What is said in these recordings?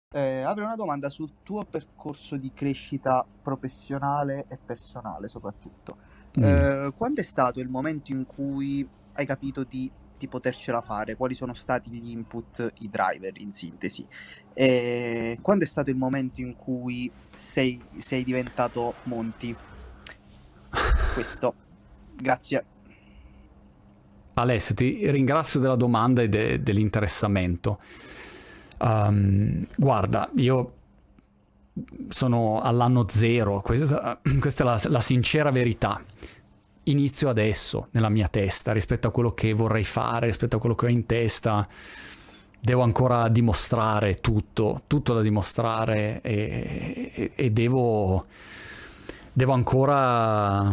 Avrei una domanda sul tuo percorso di crescita professionale e personale, soprattutto. Mm. Quando è stato il momento in cui hai capito di potercela fare? Quali sono stati gli input, i driver, in sintesi? E quando è stato il momento in cui sei diventato Monti? Questo. Grazie. Alessio, ti ringrazio della domanda e dell'interessamento. Guarda, io sono all'anno zero, questa è la sincera verità. Inizio adesso nella mia testa rispetto a quello che vorrei fare, rispetto a quello che ho in testa. Devo ancora dimostrare tutto da dimostrare e devo ancora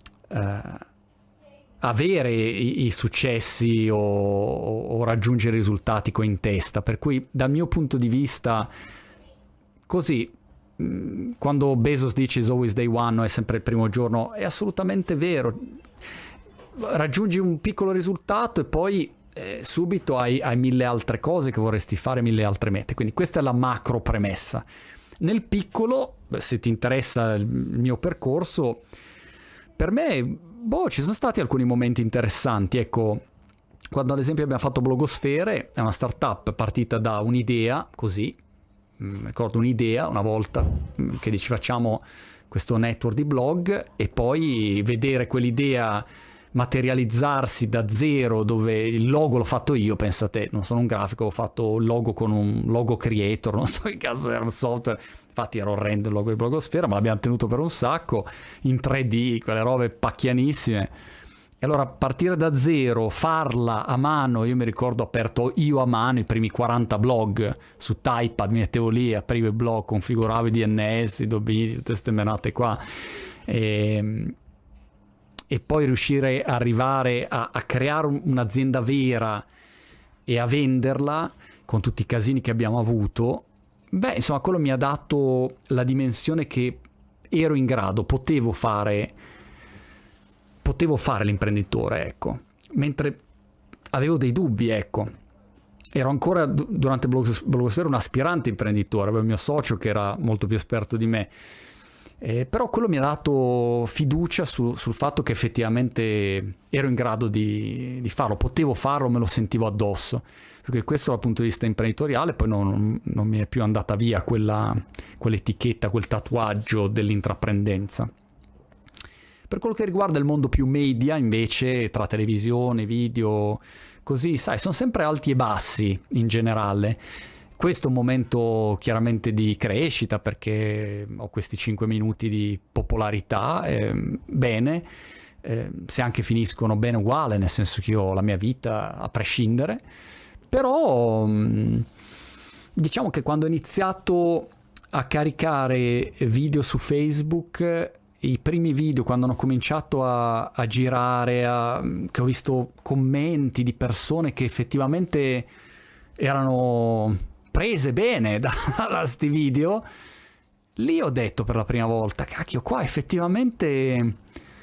avere i successi o raggiungere i risultati che ho in testa. Per cui dal mio punto di vista, così, quando Bezos dice is always day one, è sempre il primo giorno, è assolutamente vero. Raggiungi un piccolo risultato e poi subito hai mille altre cose che vorresti fare, mille altre mete. Quindi questa è la macro premessa. Nel piccolo, se ti interessa il mio percorso, per me ci sono stati alcuni momenti interessanti. Ecco, quando ad esempio abbiamo fatto Blogosfere, è una startup partita da un'idea, così, ricordo un'idea una volta, che dici facciamo questo network di blog, e poi vedere quell'idea materializzarsi da zero, dove il logo l'ho fatto io, pensa te, non sono un grafico, ho fatto il logo con un logo creator, non so che cazzo era un software, infatti era orrendo il logo di Blogosfera, ma l'abbiamo tenuto per un sacco, in 3D, quelle robe pacchianissime. E allora partire da zero, farla a mano, io mi ricordo ho aperto io a mano i primi 40 blog su Typepad, mi mettevo lì, aprivo il blog, configuravo i DNS, i domini, tutte queste menate qua. E poi riuscire a arrivare a creare un'azienda vera e a venderla con tutti i casini che abbiamo avuto, beh, insomma, quello mi ha dato la dimensione che ero in grado, potevo fare l'imprenditore, ecco. Mentre avevo dei dubbi, ecco. Ero ancora, durante Blogosfera, un aspirante imprenditore, avevo il mio socio che era molto più esperto di me. Però quello mi ha dato fiducia sul fatto che effettivamente ero in grado di farlo, potevo farlo, me lo sentivo addosso, perché questo dal punto di vista imprenditoriale poi non mi è più andata via quell'etichetta, quel tatuaggio dell'intraprendenza. Per quello che riguarda il mondo più media, invece, tra televisione, video, così, sai, sono sempre alti e bassi in generale. Questo è un momento chiaramente di crescita, perché ho questi 5 minuti di popolarità, bene, se anche finiscono bene uguale, nel senso che io ho la mia vita a prescindere, però diciamo che quando ho iniziato a caricare video su Facebook, i primi video, quando hanno cominciato a girare, che ho visto commenti di persone che effettivamente erano prese bene da sti video, lì ho detto per la prima volta, cacchio, qua effettivamente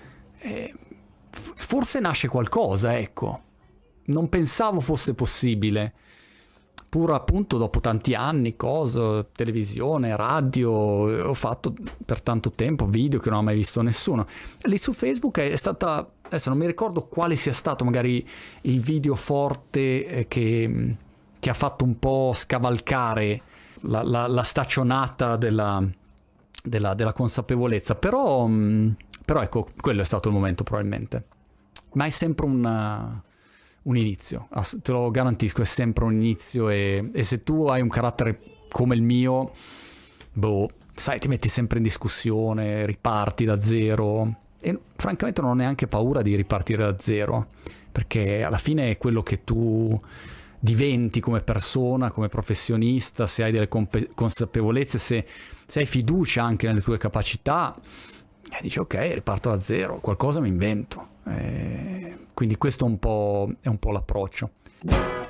forse nasce qualcosa, ecco. Non pensavo fosse possibile, pur appunto dopo tanti anni, televisione, radio, ho fatto per tanto tempo video che non ha mai visto nessuno. Lì su Facebook è stata, adesso non mi ricordo quale sia stato magari il video forte che ha fatto un po' scavalcare la staccionata della consapevolezza, però ecco, quello è stato il momento probabilmente. Ma è sempre un inizio, te lo garantisco, è sempre un inizio, e se tu hai un carattere come il mio, sai, ti metti sempre in discussione, riparti da zero, e francamente non ho neanche paura di ripartire da zero, perché alla fine è quello che tu diventi come persona, come professionista, se hai delle consapevolezze, se hai fiducia anche nelle tue capacità, dici ok, riparto da zero, qualcosa mi invento. Quindi questo è un po' l'approccio.